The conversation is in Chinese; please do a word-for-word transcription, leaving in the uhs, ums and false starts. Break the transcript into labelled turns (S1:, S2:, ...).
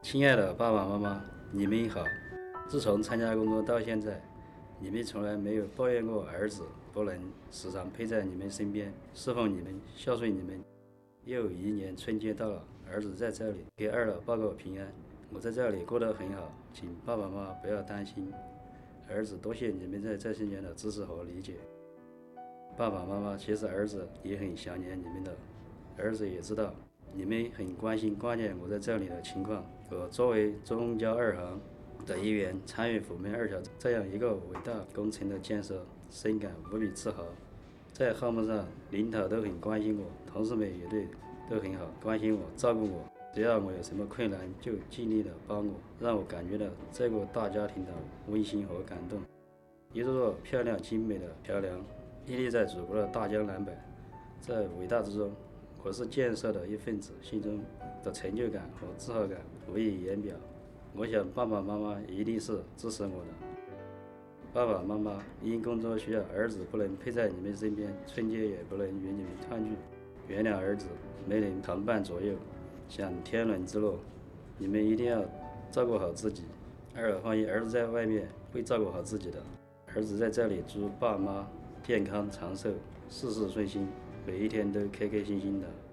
S1: 亲爱的爸爸妈妈，你们好！自从参加工作到现在，你们从来没有抱怨过儿子不能时常陪在你们身边，侍奉你们，孝顺你们。又一年春节到了，儿子在这里给二老报个平安。我在这里过得很好，请爸爸妈妈不要担心。儿子多谢你们在这些年的支持和理解。爸爸妈妈，其实儿子也很想念你们的，儿子也知道你们很关心挂念我在这里的情况。我作为中交二航的一员，参与虎门二桥这样一个伟大工程的建设，深感无比自豪。在项目上，领导都很关心我，同事们也对都很好，关心我，照顾我。只要我有什么困难，就尽力的帮我，让我感觉到这个大家庭的温馨和感动。一座座漂亮精美的桥梁屹立在祖国的大江南北，在伟大之中，我是建设的一份子，心中的成就感和自豪感无以言表。我想爸爸妈妈一定是支持我的。爸爸妈妈因工作需要，儿子不能陪在你们身边，春节也不能与你们团聚，原谅儿子没能同伴左右，享天伦之乐。你们一定要照顾好自己。二老放心，儿子在外面会照顾好自己的。儿子在这里祝爸妈健康长寿，事事顺心，每一天都开开心心的。